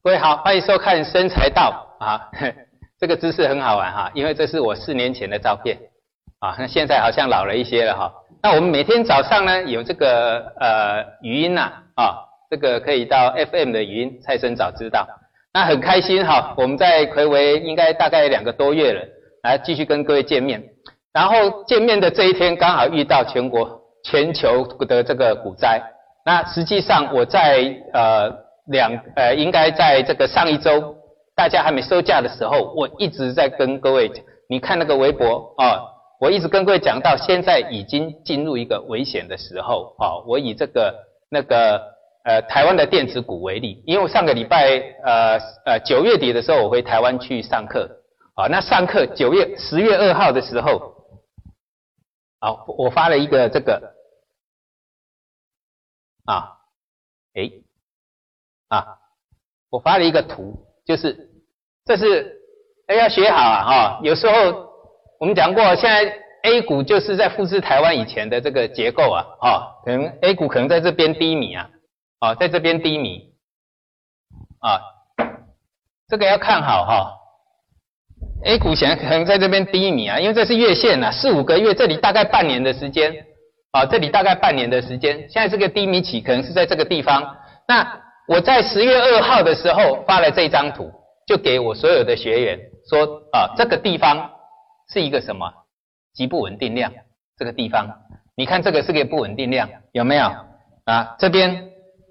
各位好，欢迎收看生财道啊，这个姿势很好玩哈，因为这是我4年前的照片啊，那现在好像老了一些了哈。那我们每天早上呢有这个语音呐这个可以到 FM 的语音，蔡生早知道。那很开心哈，我们在睽违应该大概2个多月了，来继续跟各位见面。然后见面的这一天刚好遇到全球的这个股灾。那实际上我在应该在这个上一周大家还没收假的时候，我一直在跟各位讲，你看那个微博我一直跟各位讲到现在已经进入一个危险的时候我以这个台湾的电子股为例，因为我上个礼拜9月底的时候我回台湾去上课那上课10月2号的时候我发了一个这个我发了一个图，就是这是要学好有时候我们讲过，现在 A 股就是在复制台湾以前的这个结构可能 A 股可能在这边低迷在这边低迷这个要看好A 股显然可能在这边低迷因为这是月线4、5个月，这里大概半年的时间这里大概半年的时间，现在这个低迷期可能是在这个地方。那我在10月2号的时候发了这张图，就给我所有的学员说这个地方是一个什么极不稳定量，这个地方你看这个是个不稳定量，有没有这边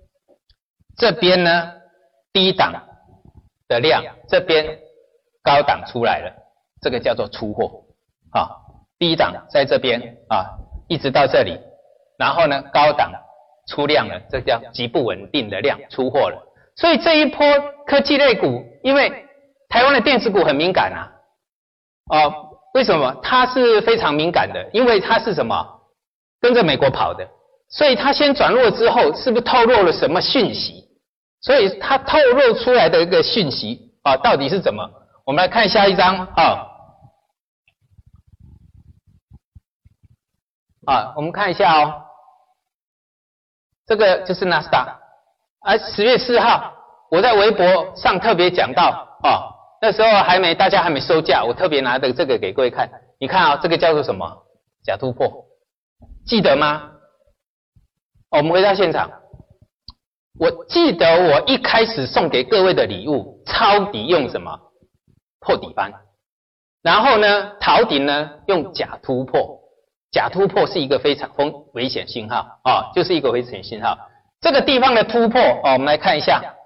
呢低档的量，这边高档出来了，这个叫做出货低档在这边一直到这里，然后呢高档出量了，这叫极不稳定的量，出货了。所以这一波科技类股，因为台湾的电子股很敏感为什么？它是非常敏感的，因为它是什么？跟着美国跑的，所以它先转弱之后，是不是透露了什么讯息？所以它透露出来的一个讯息到底是怎么？我们来看下一张我们看一下这个就是纳斯达10月4号我在微博上特别讲到那时候大家还没收假，我特别拿的这个给各位看，你看这个叫做什么？假突破，记得吗？我们回到现场，我记得我一开始送给各位的礼物，抄底用什么？破底翻，然后呢逃顶呢用假突破，假突破是一个非常危险信号就是一个危险信号。这个地方的突破我们来看一下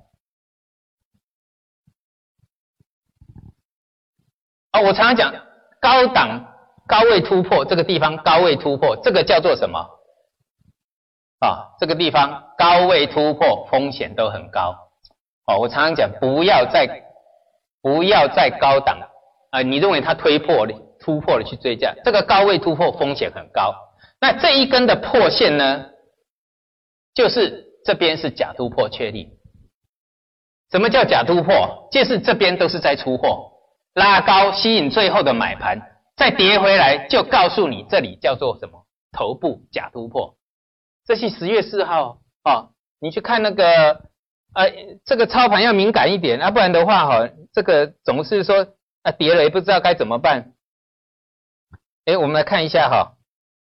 我常常讲高档高位突破，这个地方高位突破，这个叫做什么这个地方高位突破风险都很高我常常讲不要在高档你认为它突破了去追价，这个高位突破风险很高。那这一根的破线呢，就是这边是假突破确立。什么叫假突破？就是这边都是在出货，拉高吸引最后的买盘，再跌回来就告诉你这里叫做什么？头部假突破。这是10月4号你去看那个这个操盘要敏感一点不然的话这个总是说跌了也不知道该怎么办。我们来看一下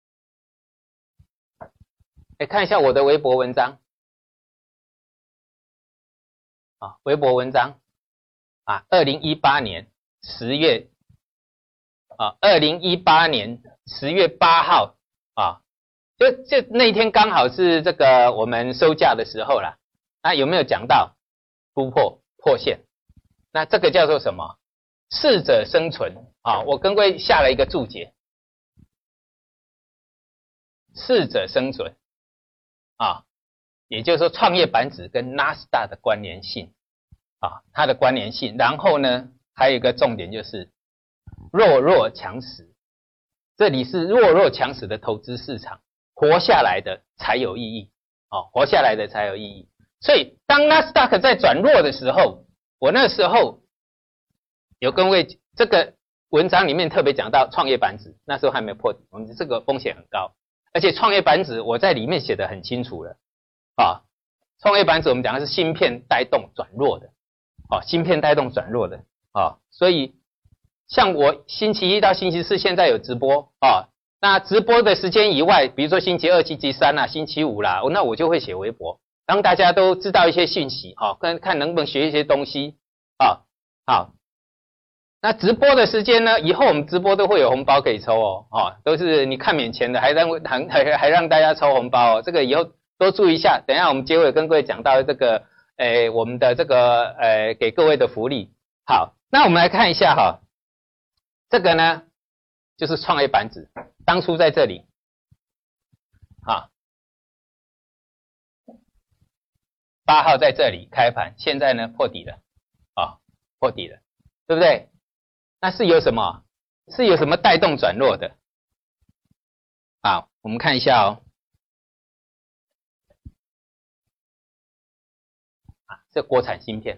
看一下我的微博文章微博文章2018年10月2018年10月8号就那一天刚好是这个我们收假的时候啦。有没有讲到突破破线？那这个叫做什么？适者生存我跟各位下了一个注解，适者生存也就是说创业板指跟纳斯达的关联性它的关联性。然后呢还有一个重点就是弱强食，这里是弱强食的投资市场，活下来的才有意义活下来的才有意义。所以当纳斯达克在转弱的时候，我那时候有跟各位这个文章里面特别讲到创业板指，那时候还没破底，我们这个风险很高，而且创业板指我在里面写得很清楚了创业板指我们讲的是芯片带动转弱的芯片带动转弱的所以像我星期一到星期四现在有直播那直播的时间以外，比如说星期二、星期三啦、星期五啦，那我就会写微博，让大家都知道一些讯息看能不能学一些东西好。那直播的时间呢？以后我们直播都会有红包可以抽都是你看免钱的，还让大家抽红包这个以后多注意一下。等一下我们结尾跟各位讲到这个我们的这个给各位的福利。好，那我们来看一下这个呢就是创业板指，当初在这里8号在这里开盘，现在呢破底了破底了，对不对？那是有什么？是有什么带动转弱的？好，我们看一下这国产芯片，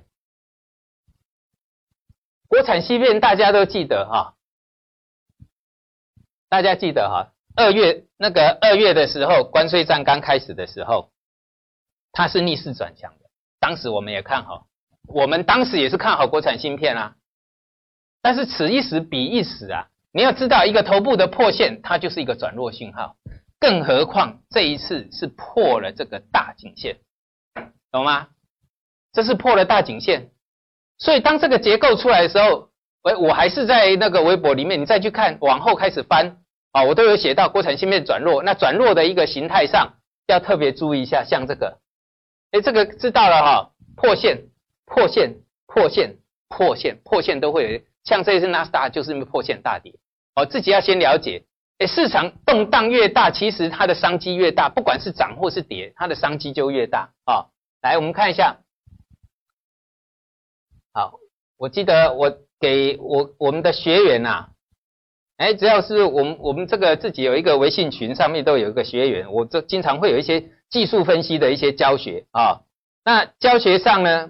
国产芯片大家都记得大家记得2月的时候，关税战刚开始的时候，它是逆势转强的，当时我们也看好，我们当时也是看好国产芯片但是此一时彼一时你要知道一个头部的破线，它就是一个转弱信号，更何况这一次是破了这个大颈线，懂吗？这是破了大颈线，所以当这个结构出来的时候，我还是在那个微博里面，你再去看，往后开始翻我都有写到国产芯片转弱，那转弱的一个形态上要特别注意一下，像这个这个知道了破线都会有，像这一次纳斯达克就是破线大跌自己要先了解市场动荡越大，其实它的商机越大，不管是涨或是跌，它的商机就越大来我们看一下，好，我记得我给我们的学员只要是我们这个自己有一个微信群，上面都有一个学员，我就经常会有一些技术分析的一些教学那教学上呢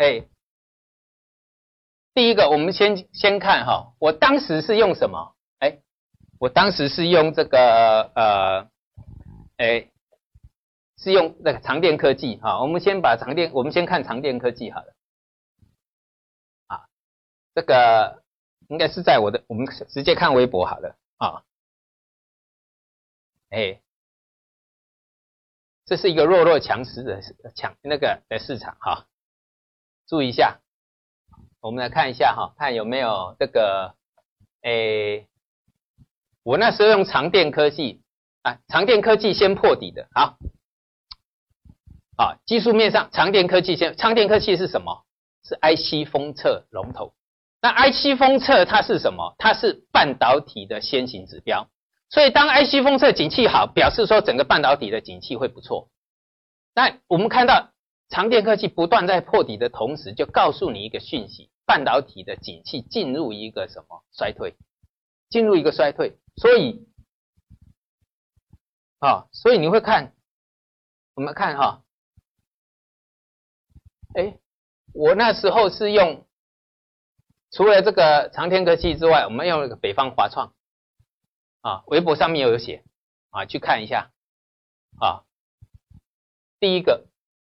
第一个我们先看我当时是用什么我当时是用这个是用那个长电科技我们先看长电科技好了这个应该是在我们直接看微博好了这是一个弱强势的市场注意一下，我们来看一下看有没有这个我那时候用长电科技长电科技先破底的技术面上长电科技是什么？是 IC 封测龙头。那 IC 封测它是什么？它是半导体的先行指标，所以当 IC 封测景气好，表示说整个半导体的景气会不错。那我们看到长电科技不断在破底的同时，就告诉你一个讯息，半导体的景气进入一个什么衰退，进入一个衰退，所以所以你会看，我们看我那时候是用除了这个长天科技之外，我们用那个北方华创微博上面有写去看一下第一个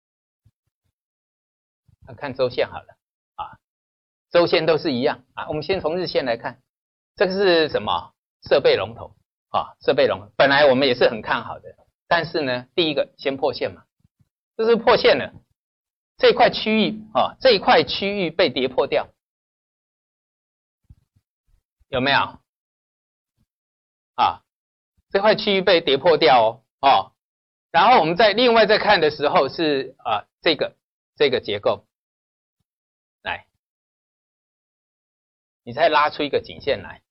看周线好了周线都是一样我们先从日线来看，这个是什么？设备龙头设备龙头本来我们也是很看好的，但是呢第一个先破线嘛，这是破线了，这一块区域被跌破掉，有没有这块区域被跌破掉然后我们另外再看的时候是这个结构，来你再拉出一个颈线来，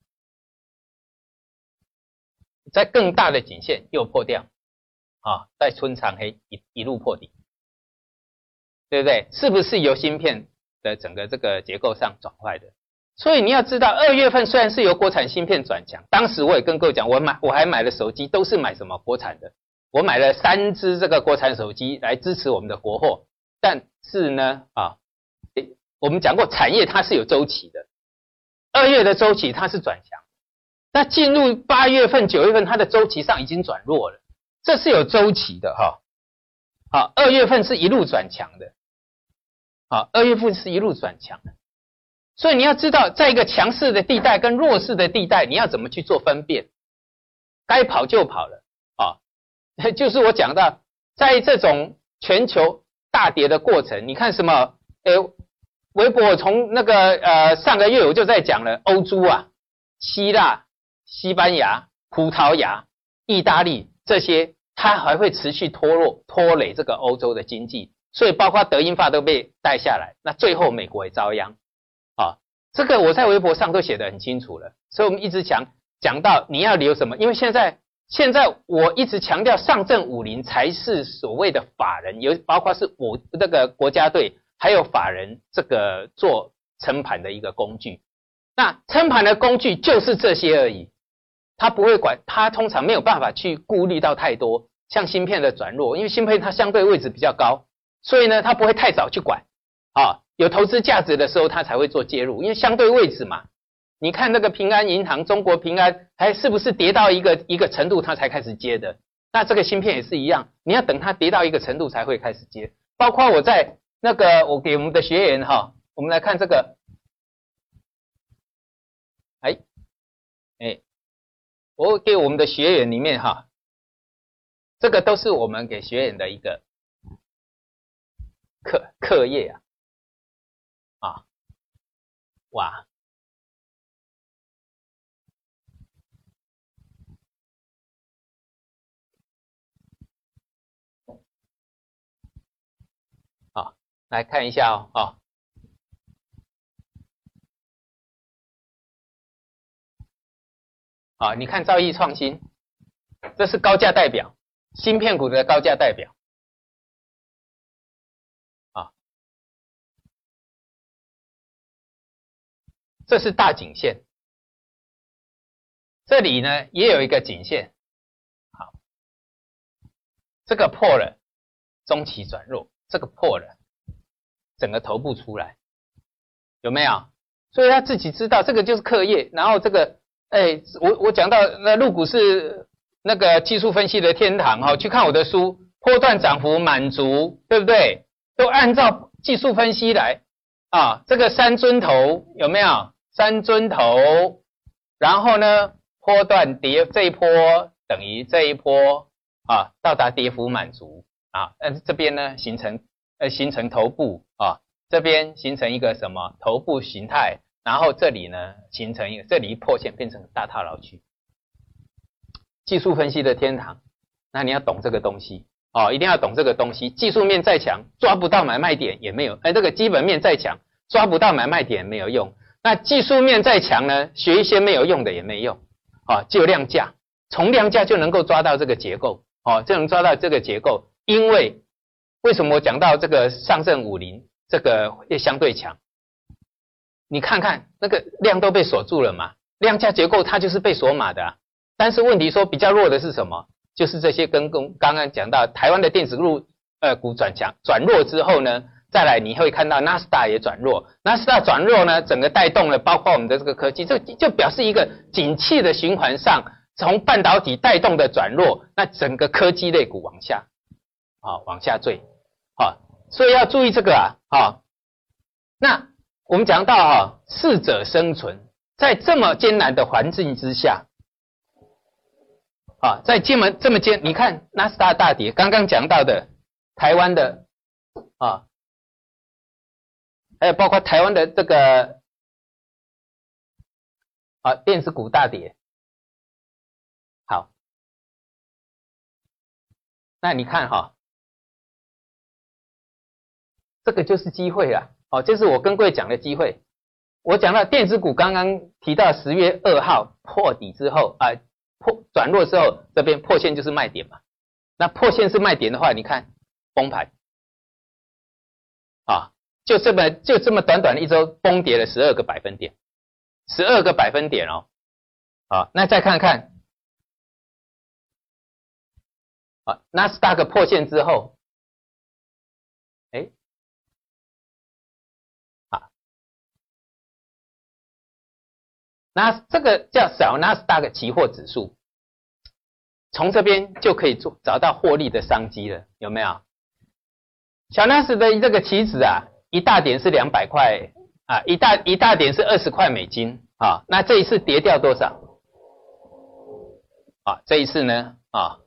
在更大的颈线又破掉在春长黑一路破底，对不对？是不是由芯片的整个这个结构上转坏的？所以你要知道2月份虽然是由国产芯片转强，当时我也跟各位讲，我还买了手机，都是买什么国产的，我买了3只这个国产手机来支持我们的国货。但是呢我们讲过产业它是有周期的，2月的周期它是转强，那进入8月份9月份它的周期上已经转弱了，这是有周期的2月份是一路转强的好，2月份是一路转强的。所以你要知道，在一个强势的地带跟弱势的地带，你要怎么去做分辨？该跑就跑了啊，就是我讲到，在这种全球大跌的过程，你看什么？微博从那个上个月我就在讲了，欧洲啊、希腊、西班牙、葡萄牙、意大利这些，它还会持续拖累这个欧洲的经济，所以包括德英法都被带下来，那最后美国也遭殃。这个我在微博上都写得很清楚了，所以我们一直讲到你要留什么，因为现在我一直强调上证50才是所谓的法人，包括是我这个国家队还有法人这个做撑盘的一个工具。那撑盘的工具就是这些而已，它不会管，它通常没有办法去顾虑到太多，像芯片的转弱，因为芯片它相对位置比较高，所以呢它不会太早去管有投资价值的时候，它才会做介入，因为相对位置嘛。你看那个平安银行、中国平安，还是不是跌到一个程度，它才开始接的？那这个芯片也是一样，你要等它跌到一个程度才会开始接。包括我在那个我给我们的学员我们来看这个，我给我们的学员里面这个都是我们给学员的一个课业哇，来看一下你看兆易创新，这是高价代表，芯片股的高价代表这是大颈线，这里呢也有一个颈线，好，这个破了，中期转弱，这个破了，整个头部出来，有没有？所以他自己知道这个就是课业，然后这个，我讲到那陆股是那个技术分析的天堂去看我的书，波段涨幅满足，对不对？都按照技术分析来这个三尊头有没有？三尊头，然后呢，波段跌这一波等于这一波到达跌幅满足这边呢形成头部这边形成一个什么头部形态，然后这里呢形成一个这里一破线变成大套牢区，技术分析的天堂，那你要懂这个东西一定要懂这个东西。技术面再强，抓不到买卖点也没有，这个基本面再强，抓不到买卖点也没有用。那技术面再强呢，学一些没有用的也没用就量价，从量价就能够抓到这个结构就能抓到这个结构。因为什么我讲到这个上证50这个会相对强？你看看那个量都被锁住了嘛，量价结构它就是被锁码的但是问题说比较弱的是什么？就是这些刚刚讲到台湾的电子股转弱之后呢，再来你会看到纳斯达也转弱，纳斯达转弱呢，整个带动了包括我们的这个科技，这就表示一个景气的循环上，从半导体带动的转弱，那整个科技类股往下往下坠所以要注意这个那我们讲到适者生存，在这么艰难的环境之下在这么你看纳斯达大跌，刚刚讲到的台湾的还有包括台湾的这个电子股大跌。好，那你看这个就是机会啦这是我跟各位讲的机会。我讲到电子股刚刚提到10月2号破底之后转弱之后，这边破线就是卖点嘛。那破线是卖点的话，你看崩盘就这么短短的一周崩跌了12个百分点，12个百分点那再看看纳斯达克破线之后，那这个叫小纳斯达克期货指数，从这边就可以找到获利的商机了，有没有？小纳斯的这个期指一大点是200块啊，一大点是20块美金啊。那这一次跌掉多少？啊，这一次呢啊，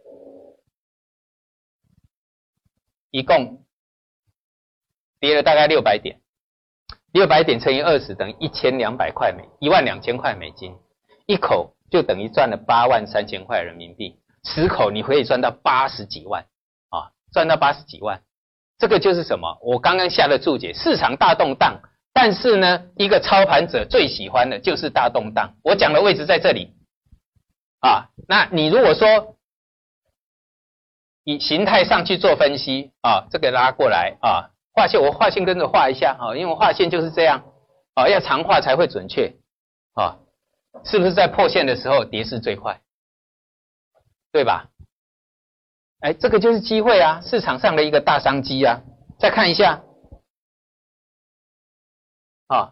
一共跌了大概600点，600点乘以20等于1200块12000块美金，一口就等于赚了83000块人民币，10口你可以赚到80几万啊，赚到80几万。这个就是什么？我刚刚下的注解，市场大动荡，但是呢，一个操盘者最喜欢的就是大动荡。我讲的位置在这里啊。那你如果说以形态上去做分析啊，这个拉过来啊，画线我画线跟着画一下啊，因为画线就是这样啊，要长画才会准确啊。是不是在破线的时候跌势最快？对吧？哎，这个就是机会啊，市场上的一个大商机啊。再看一下，啊，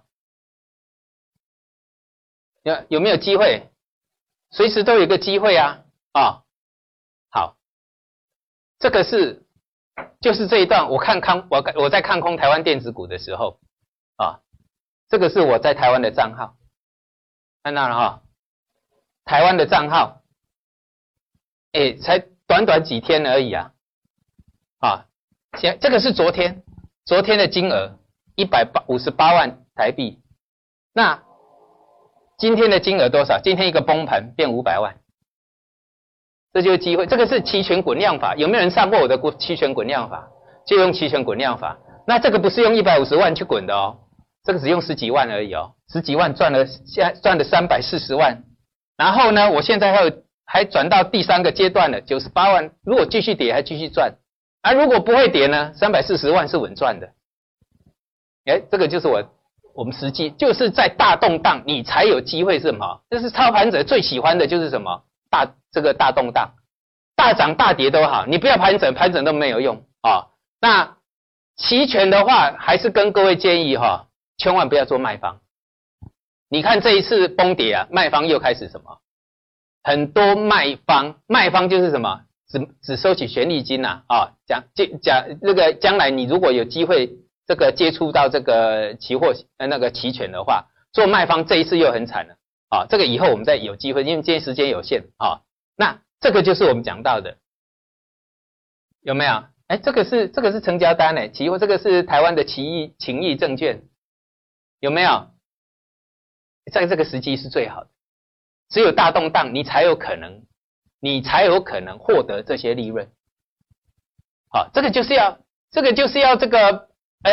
有没有机会？随时都有一个机会啊，啊，好，这个就是这一段，我在看空台湾电子股的时候，啊，这个是我在台湾的账号，看到了哈，台湾的账号，哎，才短短几天而已啊，啊，这个是昨天的金额158万台币，那今天的金额多少？今天一个崩盘变500万，这就是机会。这个是期权滚量法，有没有人上过我的期权滚量法？就用期权滚量法，那这个不是用150万去滚的哦，这个只用10几万而已哦，10几万现在赚了340万，然后呢，我现在还转到第3个阶段了，98万，如果继续跌还继续赚，啊，如果不会跌呢，340万是稳赚的。哎，这个就是我们实际就是在大动荡，你才有机会是什么？这是操盘者最喜欢的就是什么？这个大动荡，大涨大跌都好，你不要盘整都没有用啊。那期权的话，还是跟各位建议哈，千万不要做卖方。你看这一次崩跌啊，卖方又开始什么？很多卖方就是什么？只收取权利金呐啊，这个将来你如果有机会这个接触到这个期货那个期权的话，做卖方这一次又很惨了啊。这个以后我们再有机会，因为今天时间有限啊。那这个就是我们讲到的，有没有？哎，这个是成交单哎，期货这个是台湾的情谊证券，有没有？在这个时机是最好的。只有大动荡，你才有可能获得这些利润。好，这个就是要这个，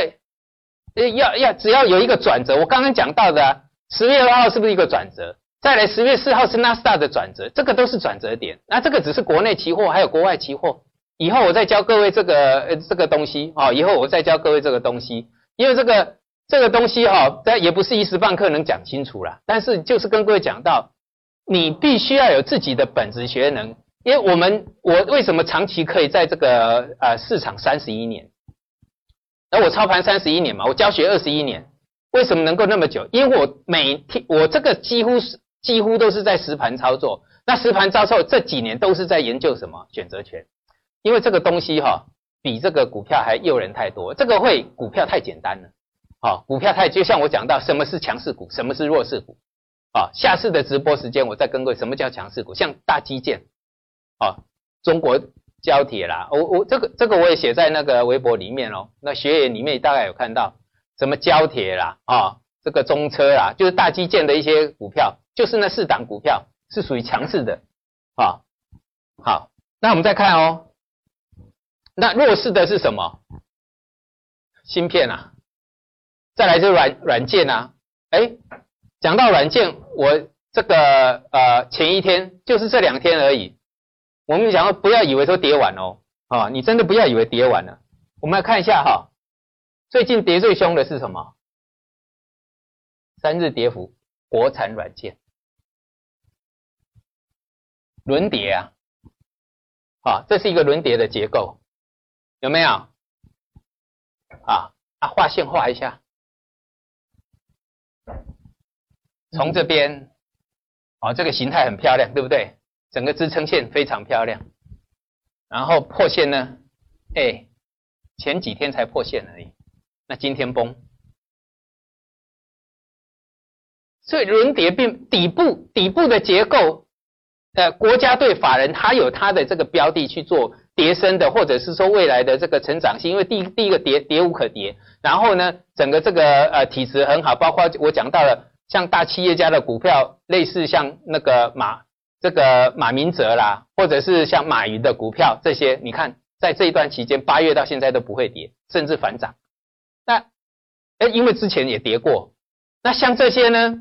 只要有一个转折。我刚刚讲到的啊，10月2号是不是一个转折？再来10月4号是纳斯达克的转折，这个都是转折点。那这个只是国内期货，还有国外期货。以后我再教各位这个东西啊，以后我再教各位这个东西，因为这个东西哈，也不是一时半刻能讲清楚啦。但是就是跟各位讲到。你必须要有自己的本质学能，因为我为什么长期可以在这个市场31年？而我操盘31年嘛，我教学21年，为什么能够那么久？因为我这个几乎都是在实盘操作，那实盘操作这几年都是在研究什么选择权，因为这个东西哈比这个股票还诱人太多，这个股票太简单了，股票就像我讲到什么是强势股，什么是弱势股。下次的直播时间我再跟各位什么叫强势股，像大基建，中国胶铁啦，这个我也写在那个微博里面哦，那学员里面大概有看到什么胶铁啦，这个中车啦，就是大基建的一些股票，就是那4档股票是属于强势的，好，那我们再看哦，那弱势的是什么？芯片啊，再来就是软件啊，讲到软件，我这个前一天就是这2天而已。我们讲不要以为说跌完哦，你真的不要以为跌完了。我们来看一下哈，最近跌最凶的是什么？3日跌幅，国产软件，轮跌啊，这是一个轮跌的结构，有没有？画线画一下。从这边，这个形态很漂亮，对不对？整个支撑线非常漂亮。然后破线呢，前几天才破线而已， 那今天崩。所以轮跌并底部的结构，国家队法人他有他的这个标的去做跌升的，或者是说未来的这个成长性，因为第一个跌无可跌，然后呢，整个这个体质很好，包括我讲到了像大企业家的股票，类似像那个马明哲啦，或者是像马云的股票，这些你看在这一段期间，8月到现在都不会跌，甚至反涨。那因为之前也跌过，那像这些呢？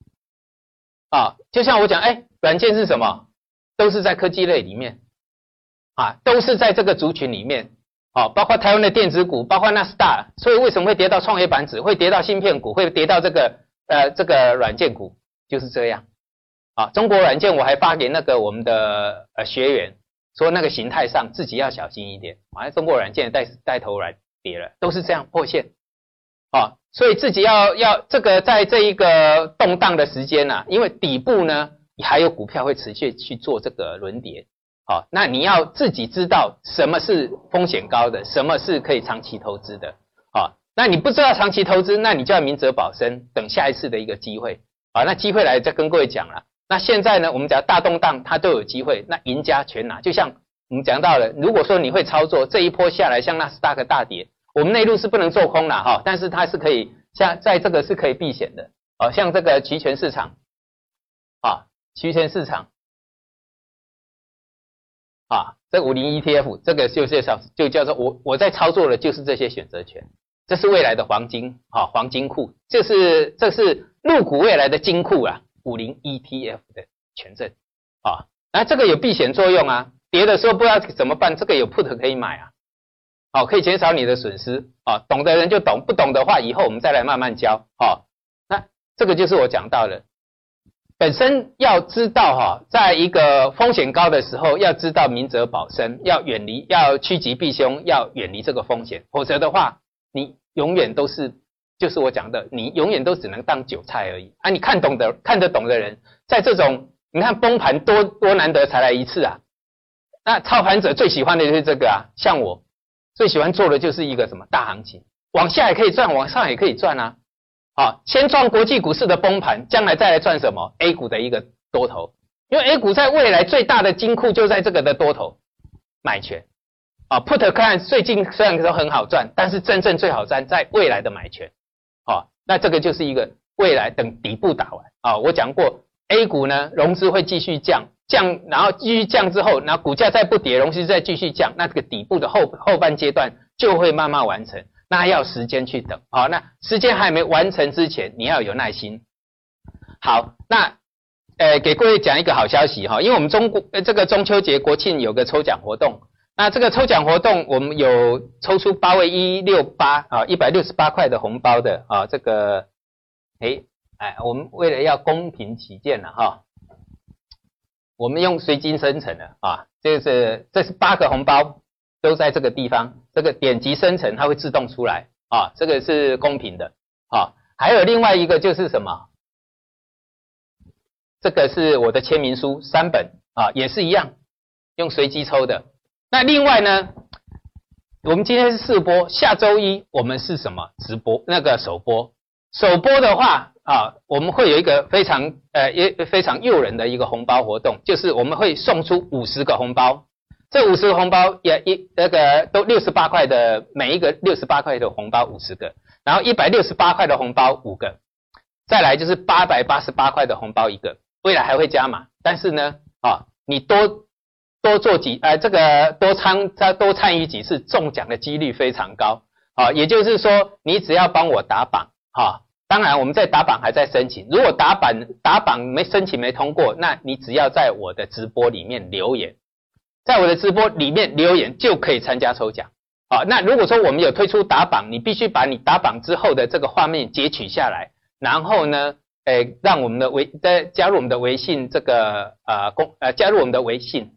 就像我讲，软件是什么？都是在科技类里面，都是在这个族群里面，包括台湾的电子股，包括纳斯达，所以为什么会跌到创业板指，会跌到芯片股，会跌到这个软件股，就是这样。中国软件我还发给那个我们的学员，说那个形态上自己要小心一点，中国软件带头来跌了，都是这样破线。所以自己要这个在这一个动荡的时间因为底部呢还有股票会持续去做这个轮跌，那你要自己知道什么是风险高的，什么是可以长期投资的，那你不知道长期投资，那你就要明哲保身，等下一次的一个机会，那机会来再跟各位讲了。那现在呢，我们讲大动荡它都有机会，那赢家全拿，就像我们讲到了，如果说你会操作，这一波下来像纳斯达克大跌，我们内陆是不能做空啦但是它是可以像在这个是可以避险的像这个期权市场期权市场这50 ETF 这个就叫做我在操作的就是这些选择权，这是未来的黄金黄金库，这是入股未来的金库50 ETF 的权证那这个有避险作用跌的时候不知道怎么办，这个有 put 可以买可以减少你的损失懂的人就懂，不懂的话以后我们再来慢慢教那这个就是我讲到的，本身要知道在一个风险高的时候，要知道明哲保身，要趋吉避凶，要远离这个风险，否则的话你永远都是就是我讲的，你永远都只能当韭菜而已你看得懂的人，在这种你看崩盘多难得才来一次那操盘者最喜欢的就是这个像我最喜欢做的就是一个什么大行情，往下也可以赚，往上也可以赚先赚国际股市的崩盘，将来再来赚什么 A 股的一个多头，因为 A 股在未来最大的金库就在这个的多头买权put 看最近虽然说很好赚，但是真正最好赚在未来的买权那这个就是一个未来等底部打完我讲过 A 股呢融资会继续降，然后继续降之后，然后股价再不跌，融资再继续降，那这个底部的后半阶段就会慢慢完成，那要时间去等那时间还没完成之前，你要有耐心。好，那给各位讲一个好消息因为我们这个中秋节国庆有个抽奖活动，那这个抽奖活动我们有抽出8位168块的红包的这个我们为了要公平起见我们用随机生成的这是8个红包都在这个地方，这个点击生成它会自动出来这个是公平的还有另外一个就是什么，这个是我的签名书3本也是一样用随机抽的。那另外呢，我们今天是试播，下周一我们是什么直播那个首播的话我们会有一个非常诱人的一个红包活动，就是我们会送出50个红包，这50个红包那个都68块的，每一个68块的红包50个，然后168块的红包5个，再来就是888块的红包1个，未来还会加码，但是呢你多做这个多参与几次，中奖的几率非常高也就是说你只要帮我打榜当然我们在打榜还在申请，如果打榜申请没通过，那你只要在我的直播里面留言，在我的直播里面留言就可以参加抽奖那如果说我们有推出打榜，你必须把你打榜之后的这个画面截取下来，然后呢让我们的加入我们的微信这个加入我们的微信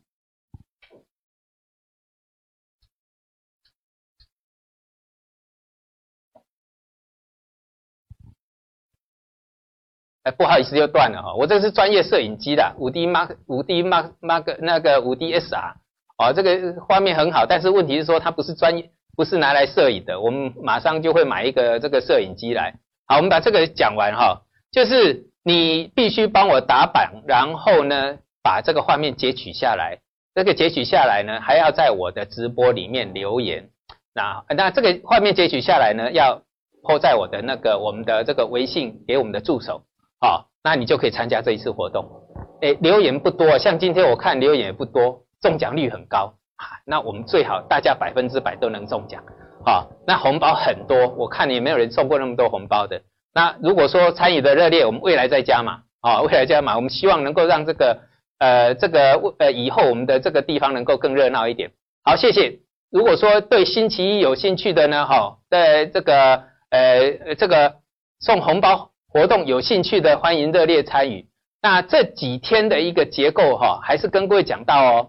不好意思又断了我这是专业摄影机的5D SR这个画面很好，但是问题是说它不是专业， 不是拿来摄影的，我们马上就会买一个这个摄影机来。好，我们把这个讲完哈，就是你必须帮我打板，然后呢把这个画面截取下来，这个截取下来呢还要在我的直播里面留言。那这个画面截取下来呢要po在我们的这个微信给我们的助手，好，那你就可以参加这一次活动。留言不多，像今天我看留言也不多，中奖率很高啊。那我们最好大家100%都能中奖，好，那红包很多，我看也没有人送过那么多红包的。那如果说参与的热烈，我们未来再加码，未来加码，我们希望能够让以后我们的这个地方能够更热闹一点。好，谢谢。如果说对星期一有兴趣的呢，在这个送红包活动有兴趣的，欢迎热烈参与。那这几天的一个结构还是跟各位讲到哦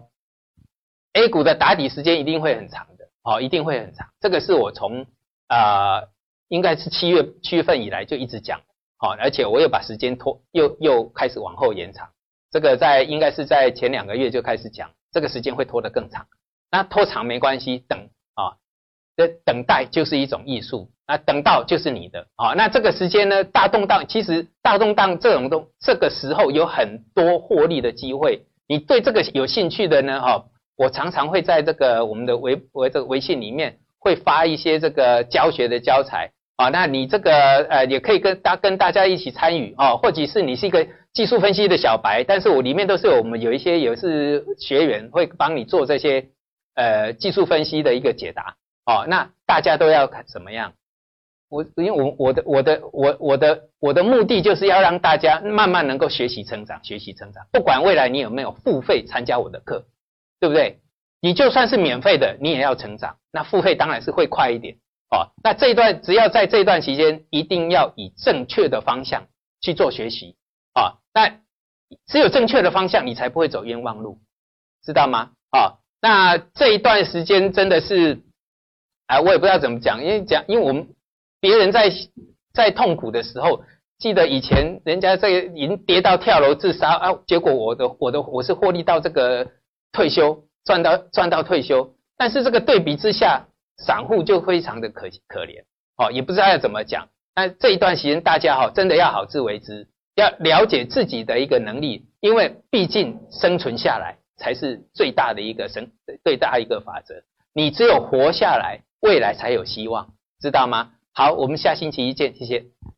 ，A 股的打底时间一定会很长的，一定会很长。这个是我从应该是7月份以来就一直讲，而且我又把时间又开始往后延长。这个应该是在前2个月就开始讲，这个时间会拖得更长。那拖长没关系，等待就是一种艺术，等到就是你的那这个时间呢，大动荡，其实大动荡这个时候有很多获利的机会。你对这个有兴趣的呢，我常常会在这个我们的微信里面会发一些这个教学的教材那你这个也可以跟大家一起参与或者是你是一个技术分析的小白，但是我里面都是我们有一些也是学员会帮你做这些技术分析的一个解答那大家都要怎么样？因为我的目的就是要让大家慢慢能够学习成长，不管未来你有没有付费参加我的课，对不对？你就算是免费的，你也要成长，那付费当然是会快一点那只要在这一段期间，一定要以正确的方向去做学习那只有正确的方向，你才不会走冤枉路，知道吗？那这一段时间真的是我也不知道怎么讲，因为我们别人在痛苦的时候，记得以前人家已经跌到跳楼自杀结果我是获利到这个退休，赚到退休，但是这个对比之下，散户就非常的可怜也不知道要怎么讲。那这一段时间大家真的要好自为之，要了解自己的一个能力，因为毕竟生存下来才是最大的一个法则。你只有活下来，未来才有希望，知道吗？好，我们下星期一见，谢谢。